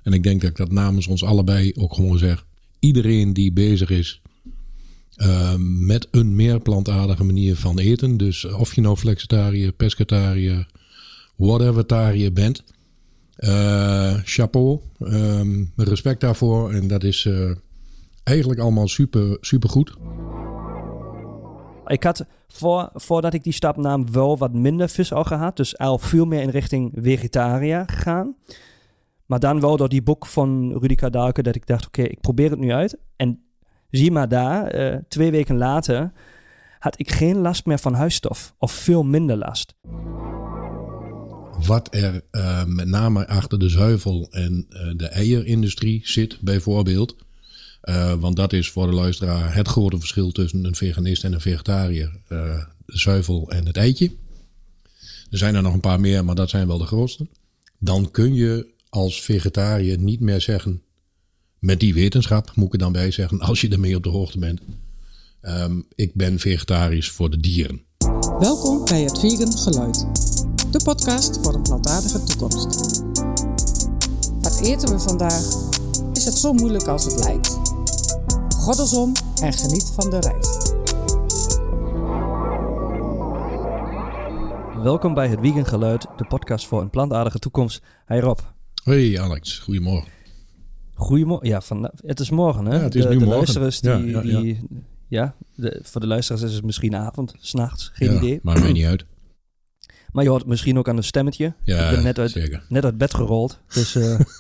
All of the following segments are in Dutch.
En ik denk dat ik dat namens ons allebei ook gewoon zeg. Iedereen die bezig is met een meer plantaardige manier van eten. Dus of je nou flexitariër, pescatariër, whatevertariër bent. Chapeau. Respect daarvoor. En dat is eigenlijk allemaal super, super goed. Ik had voordat ik die stap nam wel wat minder vis al gehad. Dus al veel meer in richting vegetariër gegaan. Maar dan wel door die boek van Rudy Kardalke dat ik dacht, oké, ik probeer het nu uit. En zie maar daar, 2 weken later had ik geen last meer van huisstof. Of veel minder last. Wat er met name achter de zuivel en de eierindustrie zit bijvoorbeeld. Want dat is voor de luisteraar het grote verschil tussen een veganist en een vegetariër. De zuivel en het eitje. Er zijn er nog een paar meer, maar dat zijn wel de grootste. Dan kun je als vegetariër niet meer zeggen, met die wetenschap moet ik er dan bij zeggen, als je ermee op de hoogte bent. Ik ben vegetarisch voor de dieren. Welkom bij het Vegan Geluid. De podcast voor een plantaardige toekomst. Wat eten we vandaag? Is het zo moeilijk als het lijkt? Goddelsom en geniet van de reis. Welkom bij het Vegan Geluid, de podcast voor een plantaardige toekomst. Hey Rob. Hey Alex, goedemorgen. Goedemorgen. Ja, het is morgen hè? Ja, het is nu morgen. Luisteraars voor de luisteraars is het misschien avond, 's nachts, geen idee. Maakt mij niet uit. Maar je hoort het misschien ook aan het stemmetje. Ja, ik ben net uit bed gerold. Dus,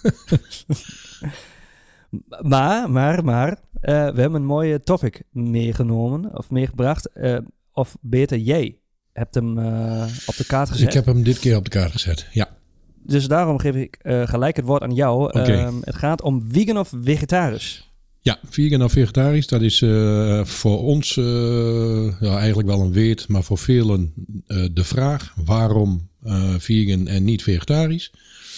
maar, we hebben een mooie topic meegenomen of meegebracht. Of beter, jij hebt hem op de kaart gezet. Ik heb hem dit keer op de kaart gezet, ja. Dus daarom geef ik gelijk het woord aan jou. Okay. Het gaat om vegan of vegetarisch. Ja, vegan of vegetarisch, dat is voor ons eigenlijk wel een weet, maar voor velen de vraag waarom vegan en niet vegetarisch.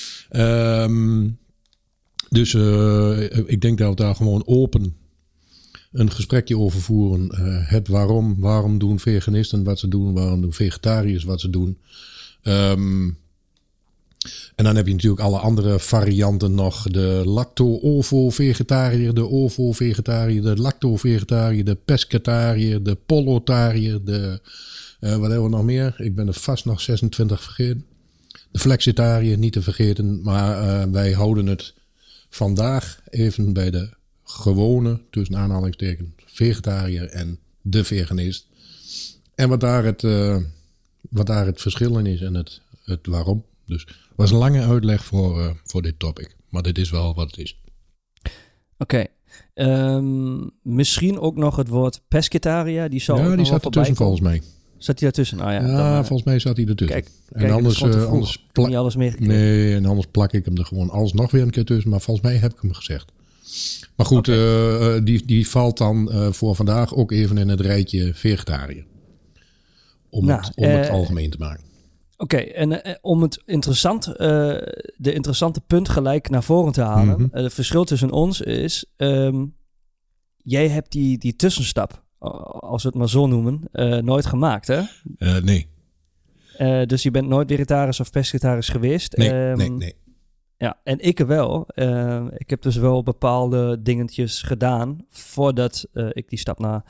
Dus ik denk dat we daar gewoon open een gesprekje over voeren. Het waarom doen veganisten wat ze doen, waarom doen vegetariërs wat ze doen. En dan heb je natuurlijk alle andere varianten nog. De lacto-ovo-vegetariër, de ovo-vegetariër, de lacto-vegetariër, de pescatariër, de pollotariër, de wat hebben we nog meer? Ik ben er vast nog 26 vergeten. De flexitariër, niet te vergeten. Maar wij houden het vandaag even bij de gewone, tussen aanhalingstekens, vegetariër en de veganist. En wat daar het verschil in is en het waarom. Dus het was een lange uitleg voor dit topic. Maar dit is wel wat het is. Oké. Misschien ook nog het woord pescatariër. Die zat ertussen volgens mij. Zat hij daartussen? Ah, ja, volgens mij zat hij ertussen. Kijk, en anders plak niet alles meegekregen. Nee, en anders plak ik hem er gewoon alsnog weer een keer tussen. Maar volgens mij heb ik hem gezegd. Maar goed, die valt dan voor vandaag ook even in het rijtje vegetariër. Om het algemeen te maken. Oké, en om het de interessante punt gelijk naar voren te halen. Mm-hmm. Het verschil tussen ons is, jij hebt die tussenstap, als we het maar zo noemen, nooit gemaakt, hè? Nee. Dus je bent nooit vegetarisch of pescatarisch geweest? Nee. Ja, en ik wel. Ik heb dus wel bepaalde dingetjes gedaan voordat ik die stap naar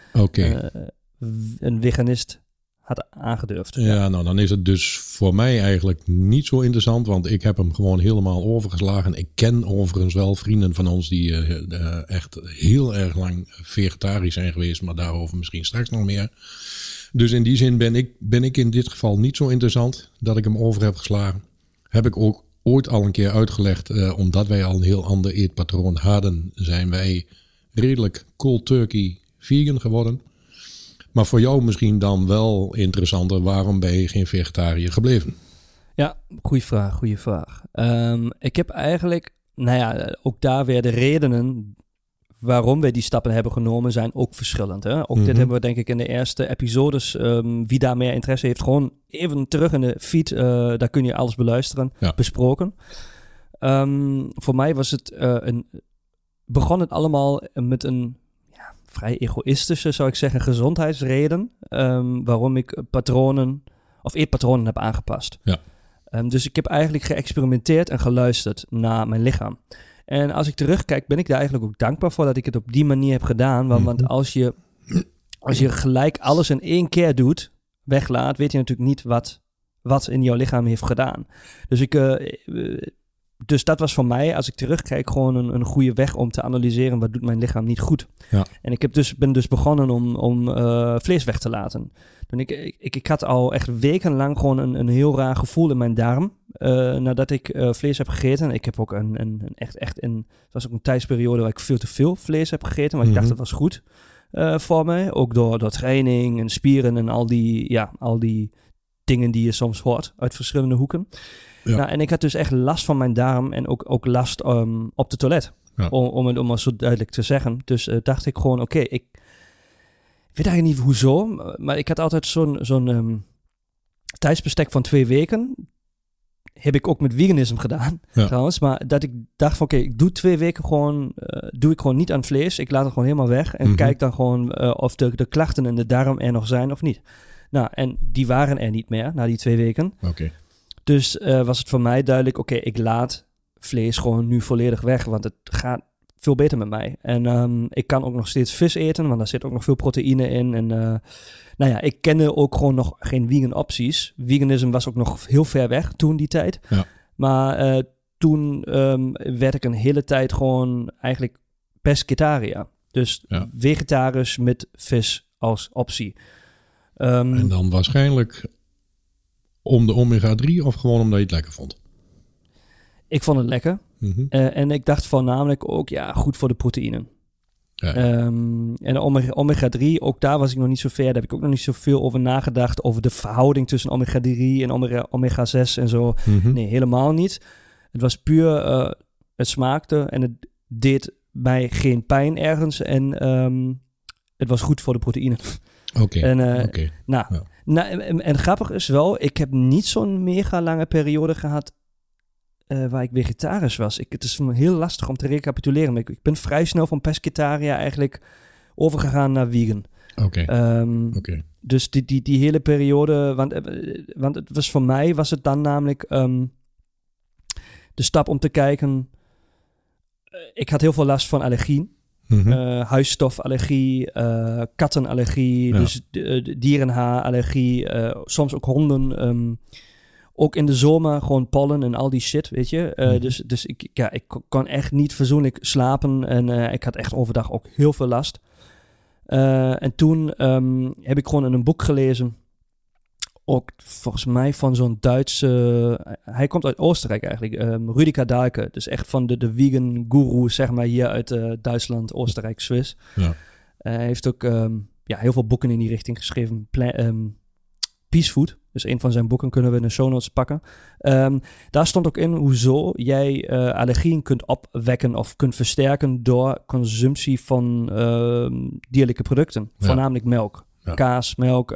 een veganist had aangedurfd. Ja, nou dan is het dus voor mij eigenlijk niet zo interessant, want ik heb hem gewoon helemaal overgeslagen. Ik ken overigens wel vrienden van ons die echt heel erg lang vegetarisch zijn geweest, maar daarover misschien straks nog meer. Dus in die zin ben ik in dit geval niet zo interessant dat ik hem over heb geslagen. Heb ik ook ooit al een keer uitgelegd, omdat wij al een heel ander eetpatroon hadden, zijn wij redelijk cold turkey vegan geworden. Maar voor jou misschien dan wel interessanter, waarom ben je geen vegetariër gebleven? Ja, goede vraag. Ik heb eigenlijk, ook daar weer de redenen waarom wij die stappen hebben genomen zijn ook verschillend. Hè? Ook dit hebben we denk ik in de eerste episodes, wie daar meer interesse heeft, gewoon even terug in de feed, daar kun je alles beluisteren, besproken. Voor mij was het begon het allemaal met een vrij egoïstische, zou ik zeggen, gezondheidsreden. Waarom ik eetpatronen heb aangepast. Ja. Dus ik heb eigenlijk geëxperimenteerd en geluisterd naar mijn lichaam. En als ik terugkijk, ben ik daar eigenlijk ook dankbaar voor dat ik het op die manier heb gedaan. Want als je gelijk alles in 1 keer doet, weglaat, weet je natuurlijk niet wat in jouw lichaam heeft gedaan. Dus dat was voor mij, als ik terugkijk, gewoon een goede weg om te analyseren wat doet mijn lichaam niet goed. Ja. En ik ben dus begonnen om vlees weg te laten. Toen ik had al echt wekenlang gewoon een heel raar gevoel in mijn darm. Nadat ik vlees heb gegeten. Ik heb ook het was ook een tijdsperiode waar ik veel te veel vlees heb gegeten. Maar ik dacht, dat was goed voor mij. Ook door training en spieren en al die dingen die je soms hoort uit verschillende hoeken. Ja. Nou, en ik had dus echt last van mijn darm en ook last op de toilet. Ja. Om het maar zo duidelijk te zeggen. Dus dacht ik gewoon, oké, ik weet eigenlijk niet hoezo, maar ik had altijd zo'n tijdsbestek van 2 weken. Heb ik ook met veganisme gedaan, trouwens. Maar dat ik dacht van, oké, ik doe 2 weken doe ik gewoon niet aan vlees. Ik laat het gewoon helemaal weg en kijk dan gewoon of de klachten in de darm er nog zijn of niet. Nou, en die waren er niet meer na die 2 weken. Oké. Dus was het voor mij duidelijk, oké, ik laat vlees gewoon nu volledig weg, want het gaat veel beter met mij. En ik kan ook nog steeds vis eten, want daar zit ook nog veel proteïne in. En ik kende ook gewoon nog geen vegan opties. Veganisme was ook nog heel ver weg toen die tijd. Ja. Maar toen werd ik een hele tijd gewoon eigenlijk pescetariër. Dus vegetarisch met vis als optie. En dan waarschijnlijk om de omega-3 of gewoon omdat je het lekker vond? Ik vond het lekker. En ik dacht voornamelijk ook, goed voor de proteïnen. Ja. En omega-3, ook daar was ik nog niet zo ver. Daar heb ik ook nog niet zoveel over nagedacht. Over de verhouding tussen omega-3 en omega-6 en zo. Nee, helemaal niet. Het was puur, het smaakte en het deed mij geen pijn ergens. En het was goed voor de proteïnen. Oké. En grappig is wel, ik heb niet zo'n mega lange periode gehad waar ik vegetarisch was. Het is heel lastig om te recapituleren. Maar ik ben vrij snel van pescetariër eigenlijk overgegaan naar vegan. Oké. Dus die hele periode, want het was voor mij was het dan namelijk de stap om te kijken. Ik had heel veel last van allergieën. Huisstofallergie, kattenallergie, dus dierenhaarallergie, soms ook honden. Ook in de zomer gewoon pollen en al die shit, weet je. Dus ik kon echt niet fatsoenlijk slapen en ik had echt overdag ook heel veel last. En toen heb ik gewoon in een boek gelezen, ook volgens mij van zo'n Duitse, hij komt uit Oostenrijk eigenlijk, Rüdiger Dahlke, dus echt van de vegan guru, zeg maar, hier uit Duitsland, Oostenrijk, Swiss. Ja. Hij heeft ook heel veel boeken in die richting geschreven. Peace Food, dus een van zijn boeken kunnen we in de show notes pakken. Daar stond ook in hoezo jij allergieën kunt opwekken of kunt versterken door consumptie van dierlijke producten, voornamelijk melk, kaas, melk.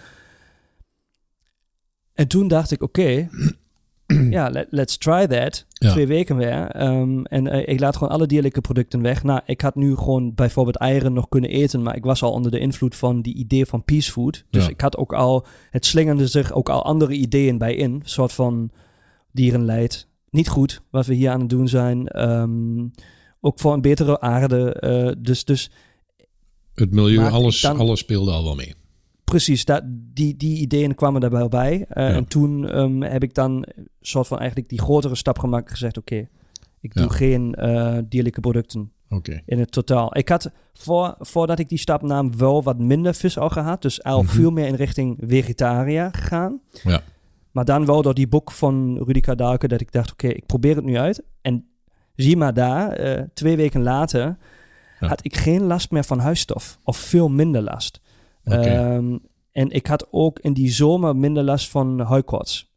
En toen dacht ik, oké, let's try that. 2 weken weer. En ik laat gewoon alle dierlijke producten weg. Nou, ik had nu gewoon bijvoorbeeld eieren nog kunnen eten, maar ik was al onder de invloed van die idee van Peace Food. Dus ik had ook al, het slingerde zich ook al andere ideeën bij in. Een soort van dierenleid. Niet goed, wat we hier aan het doen zijn. Ook voor een betere aarde. Dus het milieu, alles speelde al wel mee. Precies, die ideeën kwamen daarbij bij. En toen heb ik dan soort van eigenlijk die grotere stap gemaakt en gezegd, oké, ik doe geen dierlijke producten in het totaal. Ik had voordat ik die stap nam wel wat minder vis al gehad, dus al veel meer in richting vegetariër gegaan. Ja. Maar dan wel door die boek van Rüdiger Dahlke dat ik dacht, oké, ik probeer het nu uit. En zie maar daar, 2 weken later had ik geen last meer van huisstof of veel minder last. En ik had ook in die zomer minder last van huidkoorts.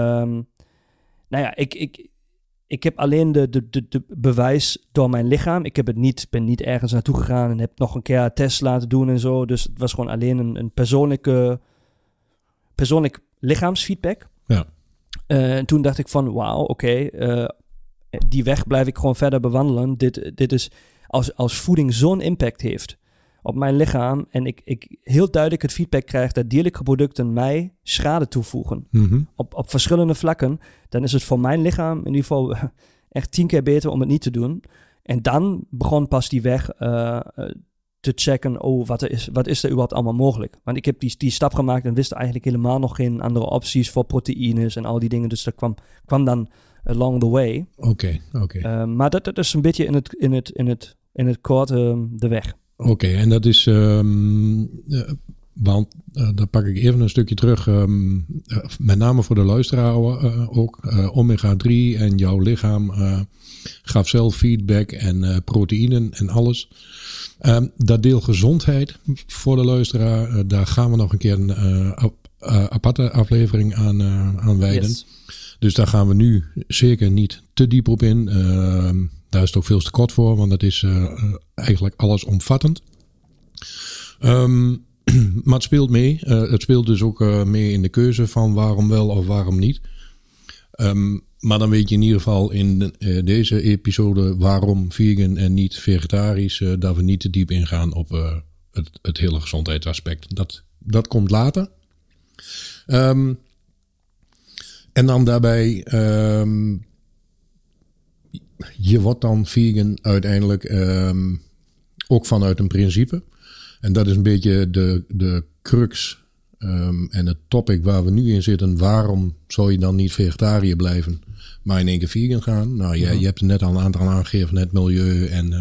Ik heb alleen de bewijs door mijn lichaam. Ik ben niet ergens naartoe gegaan en heb nog een keer tests laten doen en zo. Dus het was gewoon alleen een persoonlijk lichaamsfeedback. Ja. En toen dacht ik van, wauw, oké, die weg blijf ik gewoon verder bewandelen. Dit is, als voeding zo'n impact heeft op mijn lichaam en ik heel duidelijk het feedback krijg dat dierlijke producten mij schade toevoegen op verschillende vlakken, dan is het voor mijn lichaam in ieder geval echt 10 keer beter om het niet te doen. En dan begon pas die weg te checken, wat is er überhaupt allemaal mogelijk? Want ik heb die stap gemaakt en wist eigenlijk helemaal nog geen andere opties voor proteïnes en al die dingen. Dus dat kwam dan along the way. Oké. Maar dat is een beetje in het kort de weg. Oké, en dat is... want dan pak ik even een stukje terug. Met name voor de luisteraar ook. Omega-3 en jouw lichaam gaf zelf feedback en proteïnen en alles. Dat deel gezondheid voor de luisteraar. Daar gaan we nog een keer een aparte aflevering aan wijden. Yes. Dus daar gaan we nu zeker niet te diep op in. Daar is het ook veel te kort voor, want het is eigenlijk allesomvattend. Maar het speelt mee. Het speelt dus ook mee in de keuze van waarom wel of waarom niet. Maar dan weet je in ieder geval in deze episode waarom vegan en niet vegetarisch. Dat we niet te diep ingaan op het hele gezondheidsaspect. Dat komt later. En dan daarbij, je wordt dan vegan uiteindelijk ook vanuit een principe. En dat is een beetje de crux en het topic waar we nu in zitten. Waarom zou je dan niet vegetariër blijven, maar in één keer vegan gaan? Nou, je hebt er net al een aantal aangegeven, het milieu en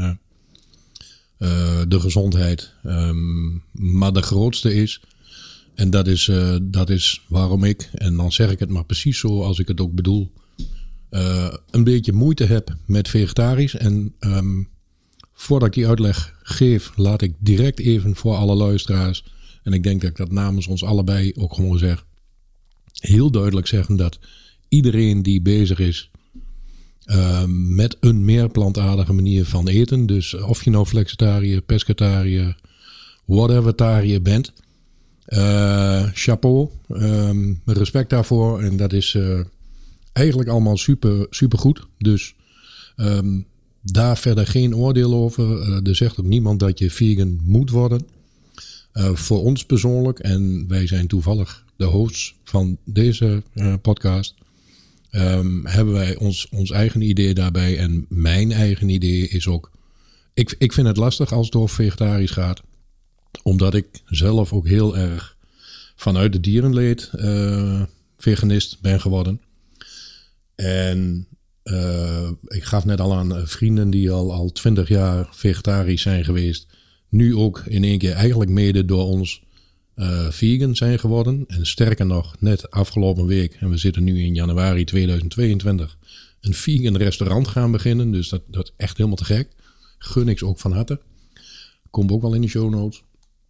de gezondheid. Maar de grootste is, en dat is waarom ik, en dan zeg ik het maar precies zo als ik het ook bedoel, een beetje moeite heb met vegetarisch. En voordat ik die uitleg geef, laat ik direct even voor alle luisteraars, en ik denk dat ik dat namens ons allebei ook gewoon zeg, heel duidelijk zeggen dat iedereen die bezig is met een meer plantaardige manier van eten, dus of je nou flexitariër, pescatariër, whatevertariër bent, chapeau, respect daarvoor. En dat is eigenlijk allemaal super, super goed. Dus daar verder geen oordeel over. Er zegt ook niemand dat je vegan moet worden. Voor ons persoonlijk, en wij zijn toevallig de hosts van deze podcast, hebben wij ons eigen idee daarbij. En mijn eigen idee is ook, ik vind het lastig als het over vegetarisch gaat, omdat ik zelf ook heel erg vanuit de dierenleed veganist ben geworden. En ik gaf net al aan vrienden die al 20 jaar vegetarisch zijn geweest, nu ook in één keer eigenlijk mede door ons vegan zijn geworden. En sterker nog, net afgelopen week, en we zitten nu in januari 2022, een vegan restaurant gaan beginnen. Dus dat is echt helemaal te gek. Gun ik ze ook van harte. Komt ook wel in de show notes.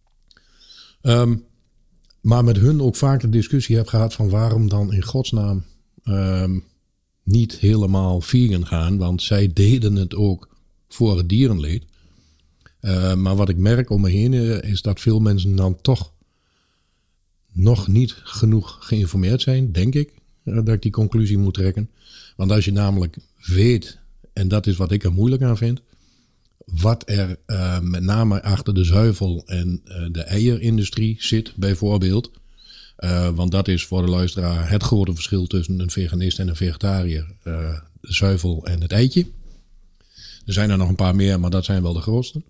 Maar met hun ook vaak de discussie heb gehad van waarom dan in godsnaam niet helemaal vegan gaan. Want zij deden het ook voor het dierenleed. Maar wat ik merk om me heen is dat veel mensen dan toch nog niet genoeg geïnformeerd zijn, denk ik. Dat ik die conclusie moet trekken. Want als je namelijk weet, en dat is wat ik er moeilijk aan vind, wat er met name achter de zuivel en de eierindustrie zit bijvoorbeeld. Want dat is voor de luisteraar het grote verschil tussen een veganist en een vegetariër. De zuivel en het eitje. Er zijn er nog een paar meer, maar dat zijn wel de grootste.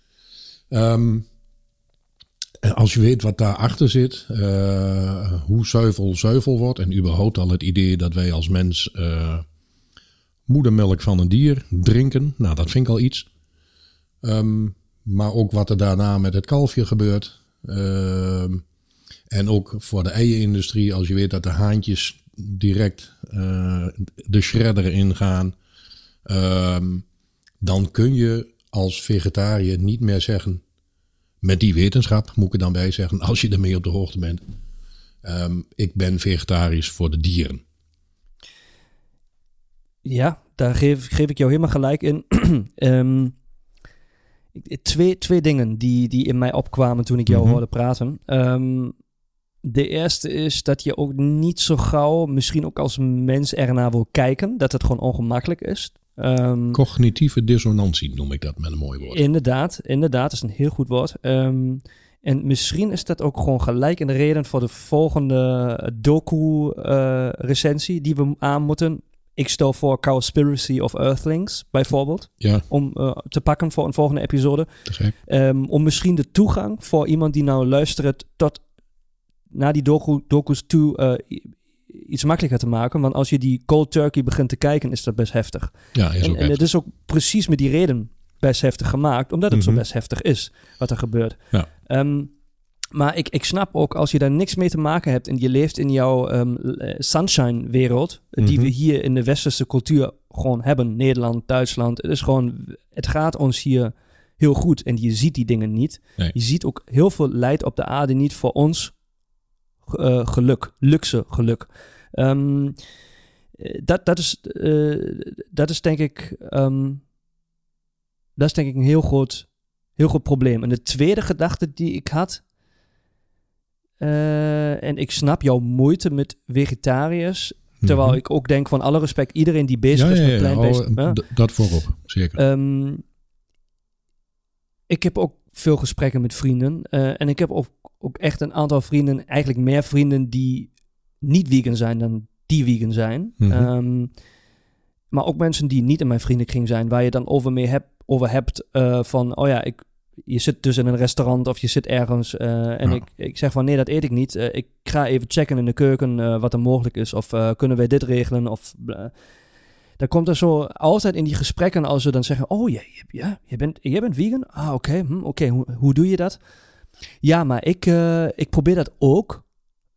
En als je weet wat daarachter zit, hoe zuivel wordt en überhaupt al het idee dat wij als mens moedermelk van een dier drinken. Nou, dat vind ik al iets. Maar ook wat er daarna met het kalfje gebeurt. En ook voor de eierindustrie, als je weet dat de haantjes direct de shredder ingaan. Dan kun je als vegetariër niet meer zeggen, met die wetenschap moet ik er dan bij zeggen, als je ermee op de hoogte bent, ik ben vegetarisch voor de dieren. Ja, daar geef ik jou helemaal gelijk in. Twee dingen die in mij opkwamen toen ik jou hoorde praten. De eerste is dat je ook niet zo gauw, misschien ook als mens ernaar wil kijken, dat het gewoon ongemakkelijk is. Cognitieve dissonantie noem ik dat met een mooi woord. Inderdaad, is een heel goed woord. En misschien is dat ook gewoon gelijk een reden voor de volgende docu-recensie die we aan moeten. ik stel voor Cowspiracy of Earthlings, bijvoorbeeld. Ja. Om te pakken voor een volgende episode. Te gek. Om misschien de toegang voor iemand die nou luistert tot naar die docu's toe iets makkelijker te maken. Want als je die cold turkey begint te kijken, is dat best heftig. Ja, is ook en het is ook precies met die reden best heftig gemaakt, omdat het zo best heftig is wat er gebeurt. Ja. Maar ik snap ook, als je daar niks mee te maken hebt en je leeft in jouw sunshine-wereld, die we hier in de westerse cultuur gewoon hebben, Nederland, Duitsland, het gaat ons hier heel goed en je ziet die dingen niet. Nee. Je ziet ook heel veel lijdt op de aarde niet voor ons geluk, luxe geluk. Dat is denk ik een heel groot probleem. En de tweede gedachte die ik had, en ik snap jouw moeite met vegetariërs, terwijl ik ook denk van alle respect, iedereen die bezig is met plant-based. Dat voorop, zeker. Ik heb ook veel gesprekken met vrienden. En ik heb ook echt een aantal vrienden, eigenlijk meer vrienden die niet vegan zijn dan die vegan zijn. Maar ook mensen die niet in mijn vriendenkring zijn, waar je dan over hebt van, je zit dus in een restaurant of je zit ergens ik zeg van nee, dat eet ik niet. Ik ga even checken in de keuken wat er mogelijk is of kunnen wij dit regelen of... Dan komt er zo altijd in die gesprekken als ze dan zeggen, oh je bent vegan? Ah, oké. Hoe doe je dat? Ja, maar ik probeer dat ook.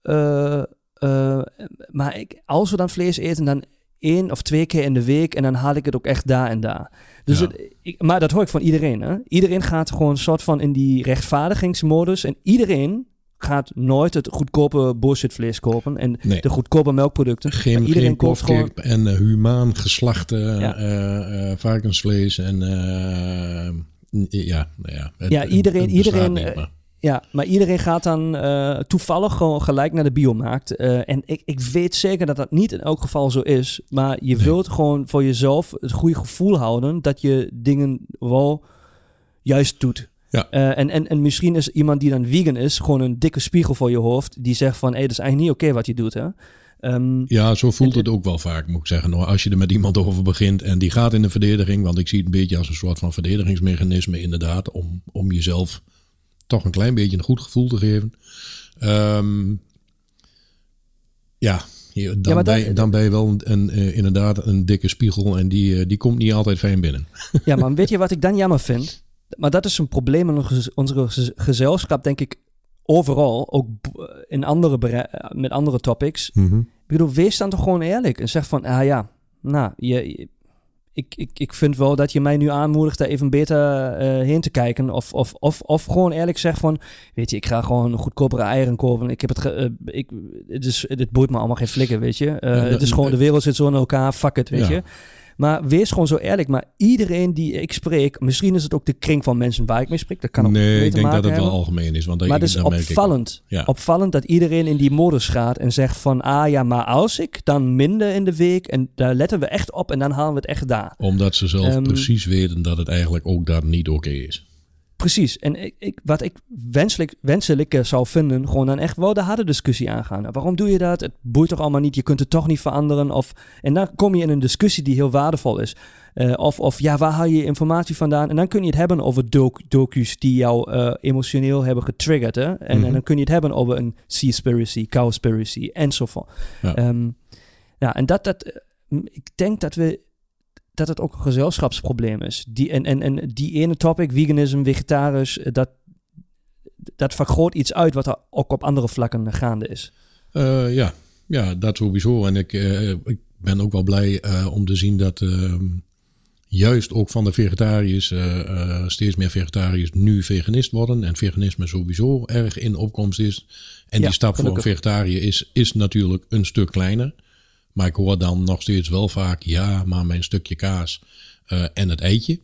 Maar als we dan vlees eten, dan 1 of 2 keer in de week en dan haal ik het ook echt daar en daar. Dus maar dat hoor ik van iedereen. Hè? Iedereen gaat gewoon een soort van in die rechtvaardigingsmodus en iedereen gaat nooit het goedkope bullshitvlees kopen en de goedkope melkproducten. Geen plofkip en humaan geslachte varkensvlees en iedereen. Ja, maar iedereen gaat dan toevallig gewoon gelijk naar de biomarkt. En ik weet zeker dat dat niet in elk geval zo is. Maar je wilt gewoon voor jezelf het goede gevoel houden dat je dingen wel juist doet. Ja. En misschien is iemand die dan vegan is gewoon een dikke spiegel voor je hoofd die zegt van, dat is eigenlijk niet oké wat je doet, hè? Zo voelt het ook wel vaak, moet ik zeggen. Als je er met iemand over begint en die gaat in de verdediging, want ik zie het een beetje als een soort van verdedigingsmechanisme inderdaad, om jezelf toch een klein beetje een goed gevoel te geven. Dan ben je wel inderdaad een dikke spiegel en die komt niet altijd fijn binnen. Ja, maar weet je wat ik dan jammer vind? Maar dat is een probleem in onze gezelschap, denk ik, overal. Ook in met andere topics. Ik bedoel, wees dan toch gewoon eerlijk. En zeg van, ik vind wel dat je mij nu aanmoedigt daar even beter heen te kijken. Of gewoon eerlijk zeg van, weet je, ik ga gewoon goedkopere eieren kopen. Ik heb dit boeit me allemaal geen flikker, weet je. Het is gewoon, de wereld zit zo in elkaar, fuck it, weet je. Maar wees gewoon zo eerlijk. Maar iedereen die ik spreek, misschien is het ook de kring van mensen waar ik mee spreek. Dat kan ook ik denk dat het wel algemeen is. Want maar het is opvallend. Opvallend dat iedereen in die modus gaat en zegt van, maar als ik dan minder in de week en daar letten we echt op en dan halen we het echt daar. Omdat ze zelf precies weten dat het eigenlijk ook daar niet oké is. Precies. En wat ik wenselijk zou vinden, gewoon dan echt wel de harde discussie aangaan. Nou, waarom doe je dat? Het boeit toch allemaal niet? Je kunt het toch niet veranderen? En dan kom je in een discussie die heel waardevol is. Waar haal je informatie vandaan? En dan kun je het hebben over docu's die jou emotioneel hebben getriggerd. Hè? En dan kun je het hebben over een seaspiracy, cowspiracy enzovoort. Ja. En ik denk dat het ook een gezelschapsprobleem is. Die ene topic, veganisme, vegetarisch, dat vergroot iets uit wat er ook op andere vlakken gaande is. Ja, dat sowieso. En ik ben ook wel blij om te zien dat juist ook van de vegetariërs steeds meer vegetariërs nu veganist worden. En veganisme sowieso erg in opkomst is. En die stap voor een vegetariër is natuurlijk een stuk kleiner. Maar ik hoor dan nog steeds wel vaak, maar mijn stukje kaas en het eitje.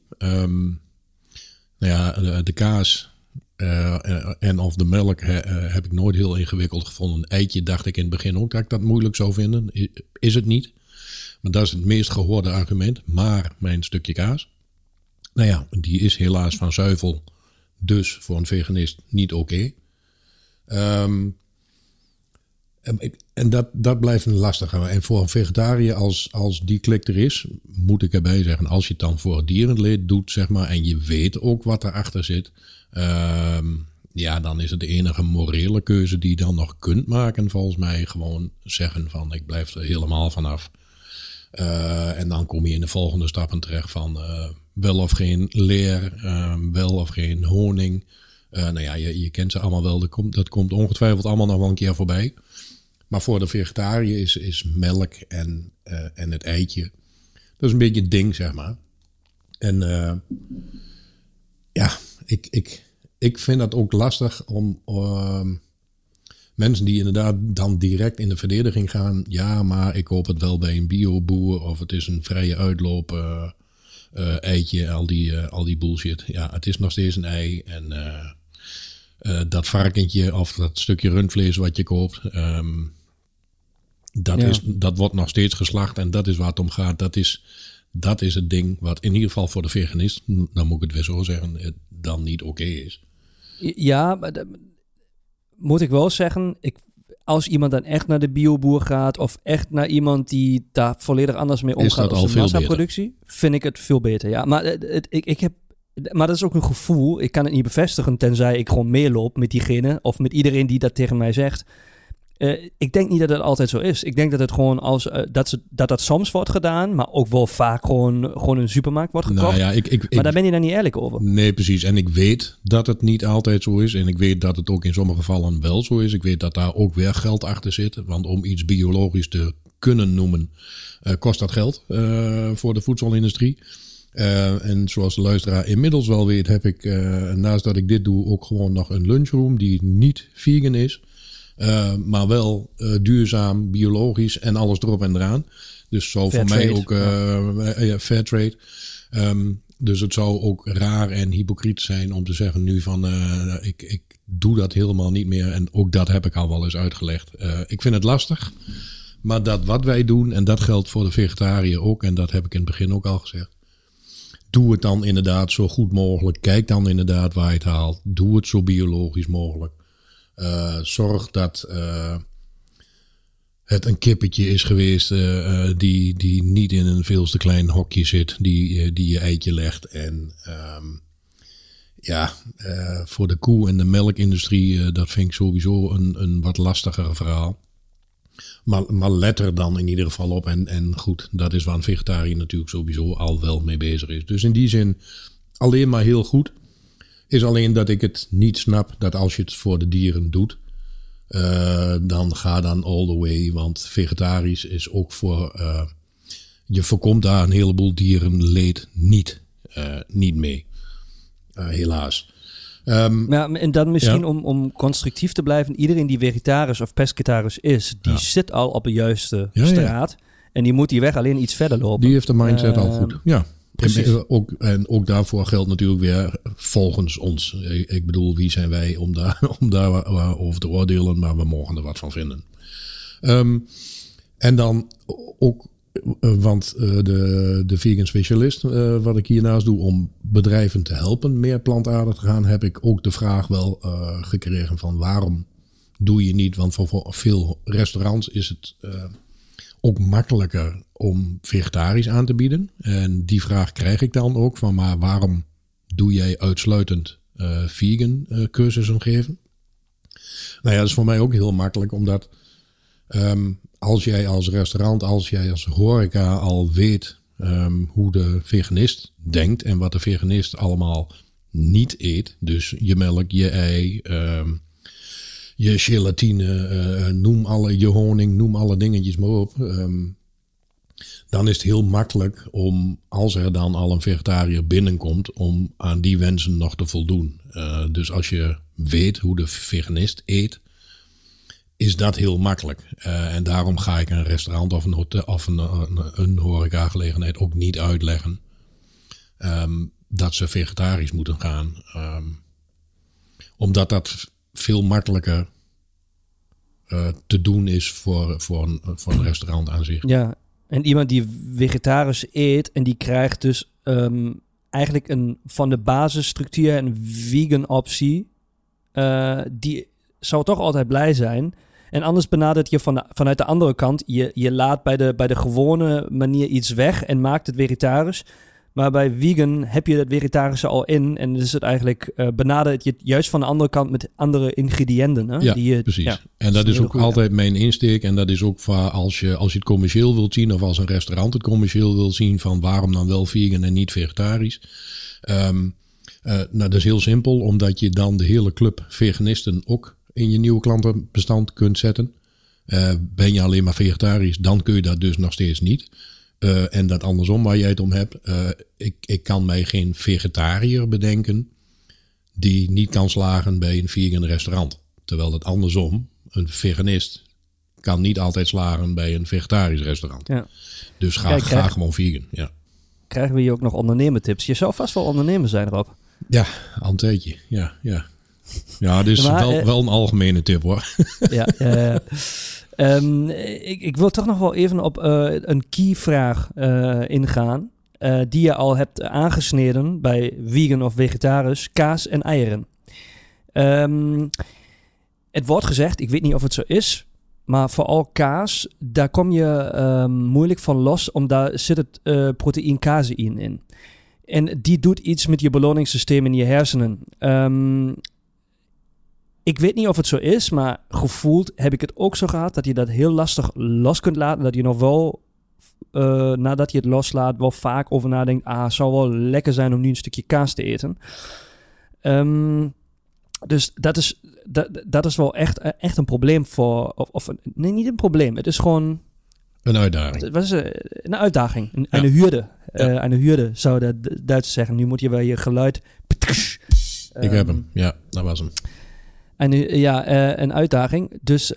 De kaas en of de melk heb ik nooit heel ingewikkeld gevonden. Een eitje dacht ik in het begin ook dat ik dat moeilijk zou vinden. Is het niet. Maar dat is het meest gehoorde argument. Maar mijn stukje kaas, die is helaas van zuivel. Dus voor een veganist niet oké. En dat blijft een lastige. En voor een vegetariër, als die klik er is, moet ik erbij zeggen, als je het dan voor het dierenleed doet, zeg maar, en je weet ook wat erachter zit, dan is het de enige morele keuze die je dan nog kunt maken, volgens mij, gewoon zeggen van, ik blijf er helemaal vanaf. En dan kom je in de volgende stappen terecht van wel of geen leer, wel of geen honing. Je kent ze allemaal wel, dat komt ongetwijfeld allemaal nog wel een keer voorbij. Maar voor de vegetariër is melk en het eitje, dat is een beetje het ding, zeg maar. En ik vind dat ook lastig om mensen die inderdaad dan direct in de verdediging gaan. Ja, maar ik koop het wel bij een bioboer of het is een vrije uitloop eitje, al die bullshit. Ja, het is nog steeds een ei en dat varkentje of dat stukje rundvlees wat je koopt, dat wordt nog steeds geslacht en dat is waar het om gaat. Dat is het ding wat in ieder geval voor de veganist, dan moet ik het weer zo zeggen, dan niet oké is. Ja, maar moet ik wel zeggen, als iemand dan echt naar de bioboer gaat of echt naar iemand die daar volledig anders mee omgaat als een massaproductie, vind ik het veel beter. Ja, maar maar dat is ook een gevoel. Ik kan het niet bevestigen tenzij ik gewoon meeloop met diegene of met iedereen die dat tegen mij zegt. Ik denk niet dat het altijd zo is. Ik denk dat het gewoon dat soms wordt gedaan, maar ook wel vaak gewoon in een supermarkt wordt gekocht. Nou ja, maar daar ben je dan niet eerlijk over. Nee, precies. En ik weet dat het niet altijd zo is. En ik weet dat het ook in sommige gevallen wel zo is. Ik weet dat daar ook weer geld achter zit. Want om iets biologisch te kunnen noemen, kost dat geld voor de voedselindustrie. En zoals de luisteraar inmiddels wel weet, heb ik naast dat ik dit doe ook gewoon nog een lunchroom die niet vegan is. Maar wel duurzaam, biologisch en alles erop en eraan. Dus zo voor mij ook fair trade. Dus het zou ook raar en hypocriet zijn om te zeggen nu van ik doe dat helemaal niet meer. En ook dat heb ik al wel eens uitgelegd. Ik vind het lastig. Maar dat wat wij doen, en dat geldt voor de vegetariër ook. En dat heb ik in het begin ook al gezegd. Doe het dan inderdaad zo goed mogelijk. Kijk dan inderdaad waar je het haalt. Doe het zo biologisch mogelijk. Zorg dat het een kippetje is geweest die niet in een veel te klein hokje zit, die je eitje legt. En voor de koe- en de melkindustrie, dat vind ik sowieso een wat lastiger verhaal. Maar let er dan in ieder geval op. En goed, dat is waar een vegetariër natuurlijk sowieso al wel mee bezig is. Dus in die zin alleen maar heel goed. Is alleen dat ik het niet snap dat als je het voor de dieren doet, dan ga dan all the way. Want vegetarisch is ook voor, je voorkomt daar een heleboel dierenleed niet mee. Helaas. En dan misschien om constructief te blijven. Iedereen die vegetarisch of pescetarisch is, die zit al op de juiste straat. Ja. En die moet die weg alleen iets verder lopen. Die heeft de mindset al goed. Ja. En ook daarvoor geldt natuurlijk weer volgens ons. Ik bedoel, wie zijn wij om daar over te oordelen, maar we mogen er wat van vinden. En dan ook, want de vegan specialist, wat ik hiernaast doe om bedrijven te helpen meer plantaardig te gaan, heb ik ook de vraag wel gekregen van waarom doe je niet? Want voor veel restaurants is het ook makkelijker om vegetarisch aan te bieden. En die vraag krijg ik dan ook van, maar waarom doe jij uitsluitend vegan cursussen geven? Nou ja, dat is voor mij ook heel makkelijk, omdat als jij als restaurant, als jij als horeca al weet hoe de veganist denkt en wat de veganist allemaal niet eet, dus je melk, je ei, je gelatine, je honing, noem alle dingetjes maar op. Dan is het heel makkelijk om, als er dan al een vegetariër binnenkomt, om aan die wensen nog te voldoen. Dus als je weet hoe de veganist eet, is dat heel makkelijk. En daarom ga ik een restaurant of een hotel of een horecagelegenheid ook niet uitleggen dat ze vegetarisch moeten gaan. Omdat dat veel makkelijker te doen is voor een restaurant aan zich. Ja, en iemand die vegetarisch eet en die krijgt dus eigenlijk van de basisstructuur een vegan optie, die zou toch altijd blij zijn. En anders benadert je vanuit de andere kant. Je laat bij de gewone manier iets weg en maakt het vegetarisch. Maar bij vegan heb je het vegetarische al in. En dus het eigenlijk benadert je het juist van de andere kant met andere ingrediënten. Hè? Ja, precies. Ja, en dat is ook altijd mijn insteek. En dat is ook als je het commercieel wilt zien, of als een restaurant het commercieel wil zien, van waarom dan wel vegan en niet vegetarisch. Dat is heel simpel, omdat je dan de hele club veganisten ook in je nieuwe klantenbestand kunt zetten. Ben je alleen maar vegetarisch, dan kun je dat dus nog steeds niet. En dat andersom waar jij het om hebt. Ik kan mij geen vegetariër bedenken die niet kan slagen bij een vegan restaurant. Terwijl het andersom, een veganist kan niet altijd slagen bij een vegetarisch restaurant. Ja. Dus ga gewoon vegan. Ja. Krijgen we hier ook nog ondernemertips? Je zou vast wel ondernemer zijn, Rob. Ja, al een tijdje. Ja. Ja, dit is wel een algemene tip, hoor. Ja. Ik wil toch nog wel even op een key-vraag ingaan. Die je al hebt aangesneden bij vegan of vegetarisch, kaas en eieren. Het wordt gezegd, ik weet niet of het zo is, maar vooral kaas, daar kom je moeilijk van los, omdat daar zit het proteïne caseïn in. En die doet iets met je beloningssysteem in je hersenen. Ik weet niet of het zo is, maar gevoeld heb ik het ook zo gehad dat je dat heel lastig los kunt laten. Dat je nog wel, nadat je het loslaat, wel vaak over nadenkt. Het zou wel lekker zijn om nu een stukje kaas te eten. Dus dat is wel echt een probleem voor... Nee, niet een probleem. Het is gewoon... Een uitdaging. Het was een uitdaging. Een huurde. Een huurde, zou de Duitsers zeggen. Nu moet je bij je geluid... Ik heb hem. Ja, dat was hem. Een uitdaging. Dus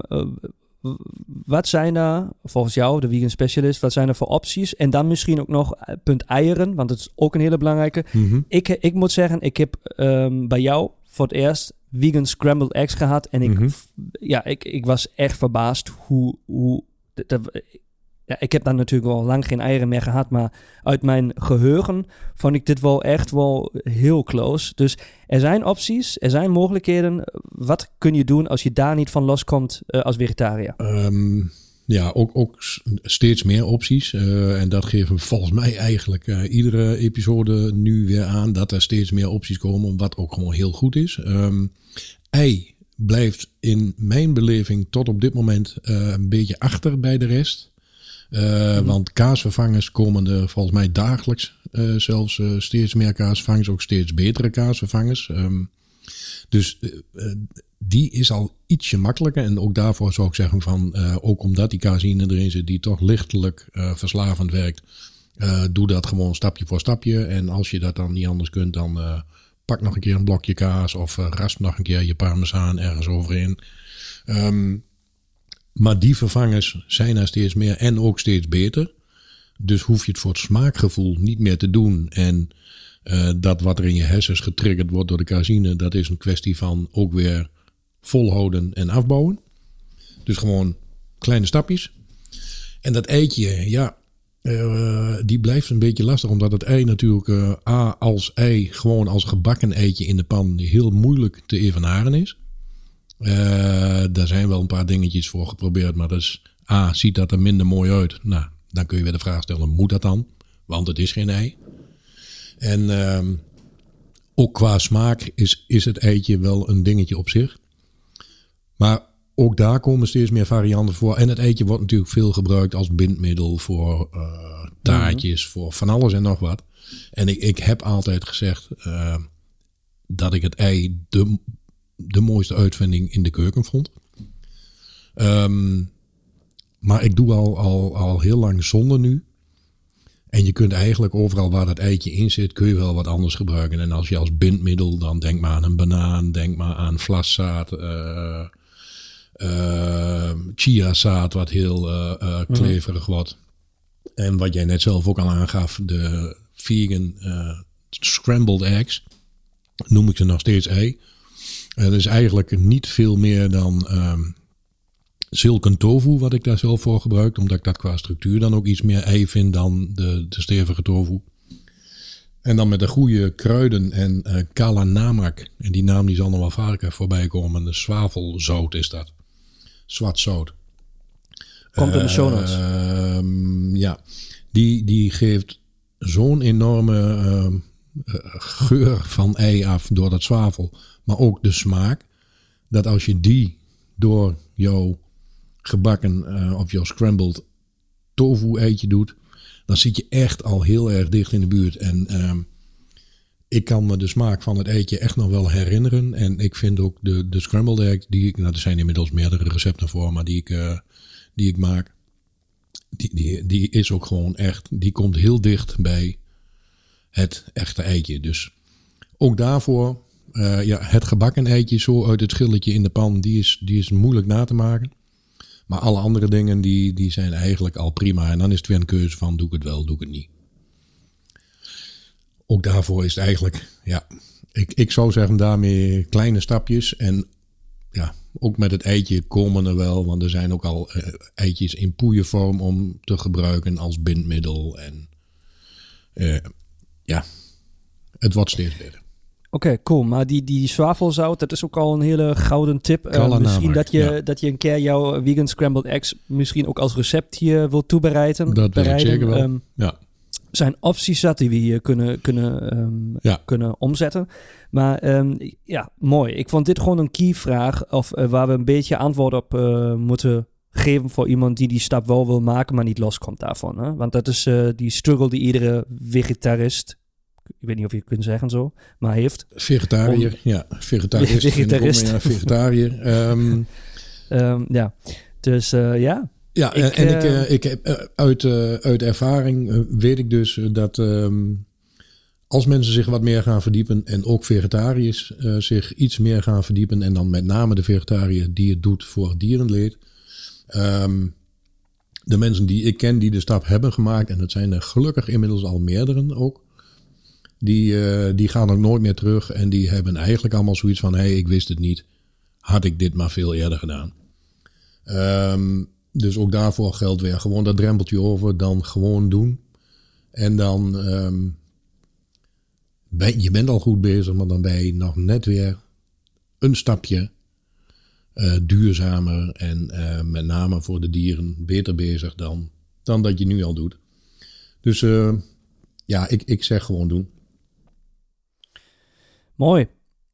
wat zijn er, volgens jou, de vegan specialist, wat zijn er voor opties? En dan misschien ook nog punt eieren, want dat is ook een hele belangrijke. Mm-hmm. Ik moet zeggen, ik heb bij jou voor het eerst vegan scrambled eggs gehad. En ik was echt verbaasd hoe ik heb dan natuurlijk al lang geen eieren meer gehad, maar uit mijn geheugen vond ik dit wel echt wel heel close. Dus er zijn opties, er zijn mogelijkheden. Wat kun je doen als je daar niet van loskomt als vegetariër? Ook steeds meer opties. En dat geven volgens mij eigenlijk iedere episode nu weer aan, dat er steeds meer opties komen, wat ook gewoon heel goed is. Ei blijft in mijn beleving tot op dit moment een beetje achter bij de rest. Want kaasvervangers komen er volgens mij dagelijks zelfs steeds meer kaasvervangers, ook steeds betere kaasvervangers. Dus die is al ietsje makkelijker. En ook daarvoor zou ik zeggen van, ook omdat die caseïne erin zit, die toch lichtelijk verslavend werkt, doe dat gewoon stapje voor stapje. En als je dat dan niet anders kunt, dan pak nog een keer een blokje kaas of rasp nog een keer je parmezaan ergens overheen. Maar die vervangers zijn er steeds meer en ook steeds beter. Dus hoef je het voor het smaakgevoel niet meer te doen. En dat wat er in je hersens getriggerd wordt door de caseïne, dat is een kwestie van ook weer volhouden en afbouwen. Dus gewoon kleine stapjes. En dat eitje, die blijft een beetje lastig. Omdat het ei natuurlijk als ei, gewoon als gebakken eitje in de pan, heel moeilijk te evenaren is. Daar zijn wel een paar dingetjes voor geprobeerd, maar dus ziet dat er minder mooi uit. Nou, dan kun je weer de vraag stellen, moet dat dan? Want het is geen ei. En ook qua smaak is het eitje wel een dingetje op zich. Maar ook daar komen steeds meer varianten voor. En het eitje wordt natuurlijk veel gebruikt als bindmiddel voor taartjes, voor van alles en nog wat. En ik heb altijd gezegd dat ik het ei de mooiste uitvinding in de keuken vond. Maar ik doe al heel lang zonder nu. En je kunt eigenlijk overal waar dat eitje in zit, kun je wel wat anders gebruiken. En als je als bindmiddel, dan denk maar aan een banaan, denk maar aan vlaszaad, chiazaad, wat heel kleverig wordt. En wat jij net zelf ook al aangaf, de vegan scrambled eggs, noem ik ze nog steeds ei. Dat is eigenlijk niet veel meer dan silken tofu, wat ik daar zelf voor gebruik. Omdat ik dat qua structuur dan ook iets meer ei vind dan de stevige tofu. En dan met de goede kruiden en kala namak. En die naam die zal nog wel vaker voorbij komen. De zwavelzout is dat. zwart zout. Komt in de show notes. Ja, die geeft zo'n enorme geur van ei af door dat zwavel. Maar ook de smaak. Dat als je die door jouw gebakken of jouw scrambled tofu eitje doet. Dan zit je echt al heel erg dicht in de buurt. En ik kan me de smaak van het eitje echt nog wel herinneren. En ik vind ook de scrambled egg, er zijn inmiddels meerdere recepten voor, maar die ik maak. Die is ook gewoon echt, die komt heel dicht bij het echte eitje. Dus ook daarvoor, het gebakken eitje zo uit het schilletje in de pan, die is moeilijk na te maken. Maar alle andere dingen, die zijn eigenlijk al prima. En dan is het weer een keuze van, doe ik het wel, doe ik het niet. Ook daarvoor is het eigenlijk, ik zou zeggen daarmee kleine stapjes. En ja, ook met het eitje komen er wel. Want er zijn ook al eitjes in poeiervorm om te gebruiken als bindmiddel. En het wordt steeds beter. Oké, cool. Maar die zwavelzout, dat is ook al een hele gouden tip. Misschien dat je een keer jouw vegan scrambled eggs misschien ook als recept hier wilt toebereiden. Dat wil ik zeker wel, zijn opties zat die we hier kunnen omzetten. Maar mooi. Ik vond dit gewoon een key vraag of waar we een beetje antwoord op moeten geven voor iemand die stap wel wil maken, maar niet loskomt daarvan. Hè? Want dat is die struggle die iedere vegetarist, ik weet niet of je het kunt zeggen zo, maar heeft. Vegetariër, vegetarist. Vegetarist. Vegetariër. Dus ja. Ja, ik heb uit ervaring weet ik dus dat als mensen zich wat meer gaan verdiepen en ook vegetariërs zich iets meer gaan verdiepen en dan met name de vegetariër die het doet voor dierenleed. De mensen die ik ken die de stap hebben gemaakt, en dat zijn er gelukkig inmiddels al meerdere ook, die gaan ook nooit meer terug en die hebben eigenlijk allemaal zoiets van, ik wist het niet, had ik dit maar veel eerder gedaan. Dus ook daarvoor geldt weer gewoon dat drempeltje over, dan gewoon doen. En dan, je bent al goed bezig, maar dan ben je nog net weer een stapje duurzamer en met name voor de dieren beter bezig dan dat je nu al doet. Dus ik zeg gewoon doen. Mooi.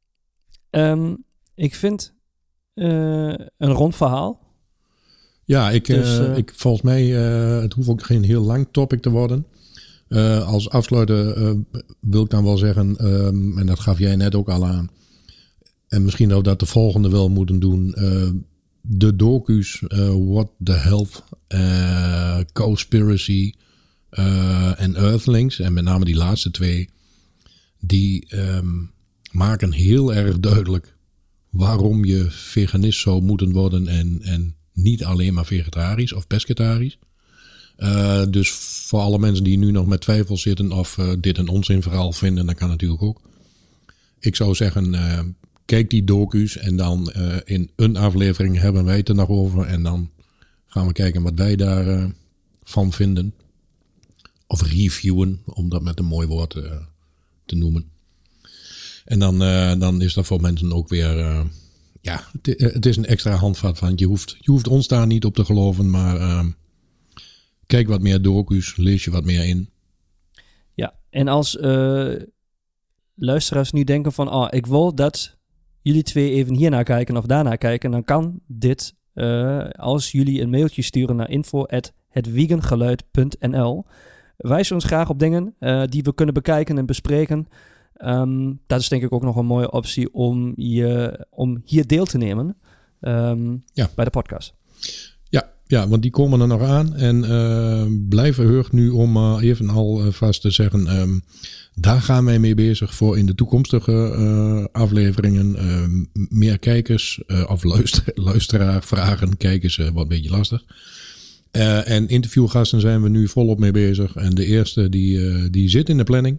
Ik vind een rond verhaal. Ja, volgens mij, het hoeft ook geen heel lang topic te worden. Als afsluiter wil ik dan wel zeggen, en dat gaf jij net ook al aan, en misschien dat we dat de volgende wel moeten doen, de docu's What the Health, Cowspiracy en Earthlings, en met name die laatste twee, die maken heel erg duidelijk waarom je veganist zou moeten worden en niet alleen maar vegetarisch of pescetarisch. Dus voor alle mensen die nu nog met twijfels zitten of dit een onzinverhaal vinden, dan kan natuurlijk ook. Ik zou zeggen, kijk die docu's en dan in een aflevering hebben wij het er nog over. En dan gaan we kijken wat wij daar van vinden. Of reviewen, om dat met een mooi woord te noemen. En dan is dat voor mensen ook weer... het is een extra handvat. Want je hoeft ons daar niet op te geloven. Maar kijk wat meer docu's. Lees je wat meer in. Ja, en als luisteraars nu denken van... ik wil dat jullie twee even hiernaar kijken of daarnaar kijken. Dan kan dit als jullie een mailtje sturen naar info@hetvegangeluid.nl. Wijs ons graag op dingen die we kunnen bekijken en bespreken. Dat is denk ik ook nog een mooie optie om hier deel te nemen bij de podcast. Ja, want die komen er nog aan. En blijf verheugd nu om even alvast te zeggen... daar gaan wij mee bezig voor in de toekomstige afleveringen. Meer kijkers of luisteraar vragen. Kijkers wordt een beetje lastig. En interviewgasten zijn we nu volop mee bezig. En de eerste die zit in de planning.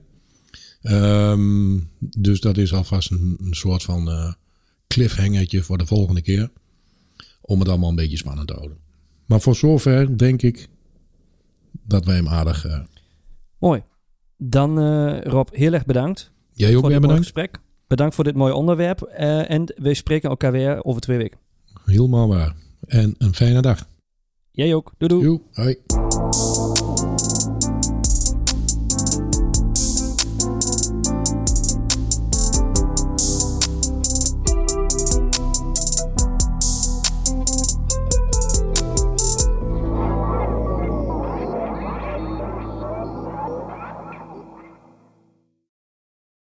Dus dat is alvast een soort van cliffhangertje voor de volgende keer. Om het allemaal een beetje spannend te houden. Maar voor zover denk ik dat wij hem aardig... Mooi. Dan Rob, heel erg bedankt. Jij ook voor weer dit bedankt. Gesprek. Bedankt voor dit mooie onderwerp. En we spreken elkaar weer over 2 weken. Helemaal waar. en een fijne dag. Jij ook. Doei doei. Joe, hoi.